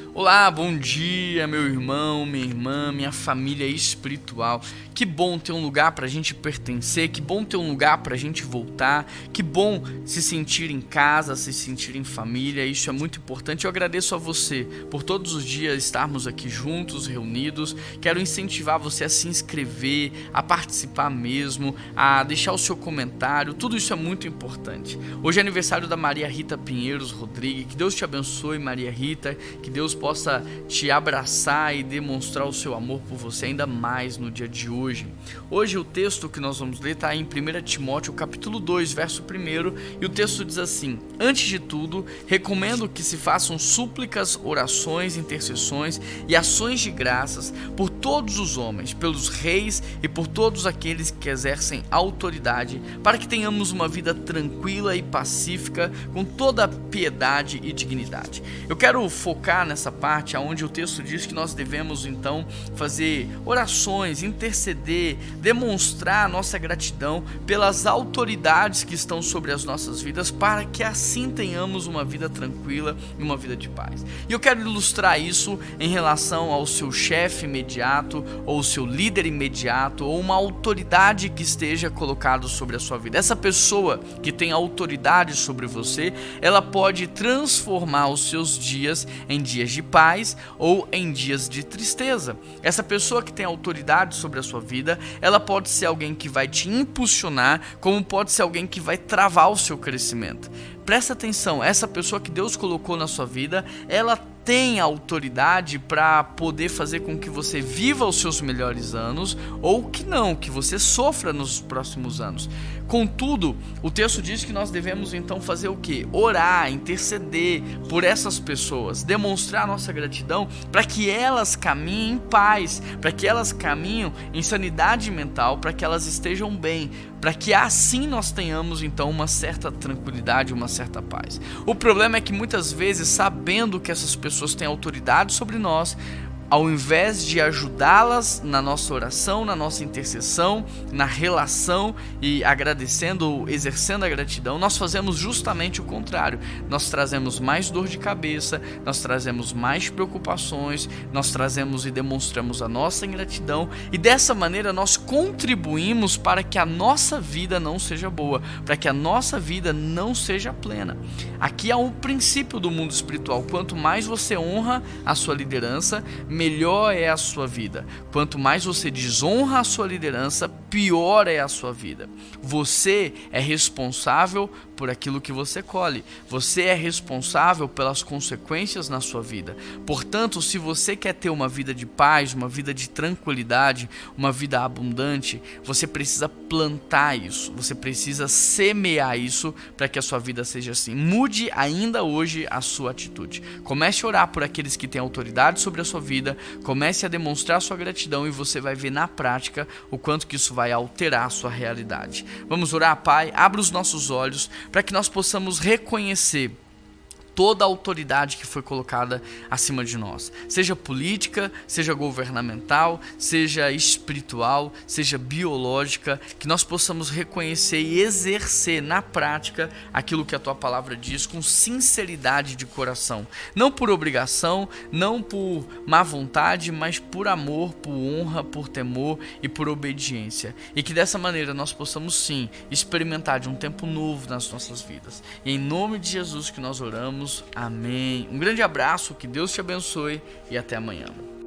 Olá, bom dia, meu irmão, minha irmã, minha família espiritual. Que bom ter um lugar para a gente pertencer, que bom ter um lugar para a gente voltar, que bom se sentir em casa, se sentir em família, isso é muito importante. Eu agradeço a você por todos os dias estarmos aqui juntos, reunidos. Quero incentivar você a se inscrever, a participar mesmo, a deixar o seu comentário, tudo isso é muito importante. Hoje é aniversário da Maria Rita Pinheiros Rodrigues, que Deus te abençoe, Maria Rita, que Deus possa te abraçar e demonstrar o seu amor por você ainda mais no dia de hoje. Hoje o texto que nós vamos ler está em 1 Timóteo capítulo 2, verso 1, e o texto diz assim: antes de tudo, recomendo que se façam súplicas, orações, intercessões e ações de graças por todos os homens, pelos reis e por todos aqueles que exercem autoridade, para que tenhamos uma vida tranquila e pacífica, com toda piedade e dignidade. Eu quero focar nessa parte onde o texto diz que nós devemos então fazer orações, interceder, demonstrar a nossa gratidão pelas autoridades que estão sobre as nossas vidas, para que assim tenhamos uma vida tranquila e uma vida de paz. E eu quero ilustrar isso em relação ao seu chefe imediato, ou seu líder imediato, ou uma autoridade que esteja colocado sobre a sua vida. Essa pessoa que tem autoridade sobre você, ela pode transformar os seus dias em dias de paz ou em dias de tristeza. Essa pessoa que tem autoridade sobre a sua vida, ela pode ser alguém que vai te impulsionar, como pode ser alguém que vai travar o seu crescimento. Presta atenção, essa pessoa que Deus colocou na sua vida, ela tem autoridade para poder fazer com que você viva os seus melhores anos, ou que não, que você sofra nos próximos anos. Contudo, o texto diz que nós devemos então fazer o quê? Orar, interceder por essas pessoas, demonstrar nossa gratidão para que elas caminhem em paz, para que elas caminhem em sanidade mental, para que elas estejam bem, para que assim nós tenhamos então uma certa tranquilidade, uma certa paz. O problema é que muitas vezes, sabendo que essas pessoas têm autoridade sobre nós, ao invés de ajudá-las na nossa oração, na nossa intercessão, na relação e agradecendo, exercendo a gratidão, nós fazemos justamente o contrário. Nós trazemos mais dor de cabeça, nós trazemos mais preocupações, nós trazemos e demonstramos a nossa ingratidão, e dessa maneira nós contribuímos para que a nossa vida não seja boa, para que a nossa vida não seja plena. Aqui há um princípio do mundo espiritual: quanto mais você honra a sua liderança, melhor é a sua vida. Quanto mais você desonra a sua liderança, pior é a sua vida. Você é responsável por aquilo que você colhe. Você é responsável pelas consequências na sua vida. Portanto, se você quer ter uma vida de paz, uma vida de tranquilidade, uma vida abundante, você precisa plantar isso. Você precisa semear isso para que a sua vida seja assim. Mude ainda hoje a sua atitude. Comece a orar por aqueles que têm autoridade sobre a sua vida. Comece a demonstrar sua gratidão e você vai ver na prática o quanto que isso vai alterar a sua realidade. Vamos orar, Pai? Abra os nossos olhos para que nós possamos reconhecer toda a autoridade que foi colocada acima de nós, seja política, seja governamental, seja espiritual, seja biológica, que nós possamos reconhecer e exercer na prática aquilo que a tua palavra diz com sinceridade de coração, não por obrigação, não por má vontade, mas por amor, por honra, por temor e por obediência, e que dessa maneira nós possamos sim experimentar de um tempo novo nas nossas vidas. E em nome de Jesus que nós oramos. Amém. Um grande abraço, que Deus te abençoe e até amanhã.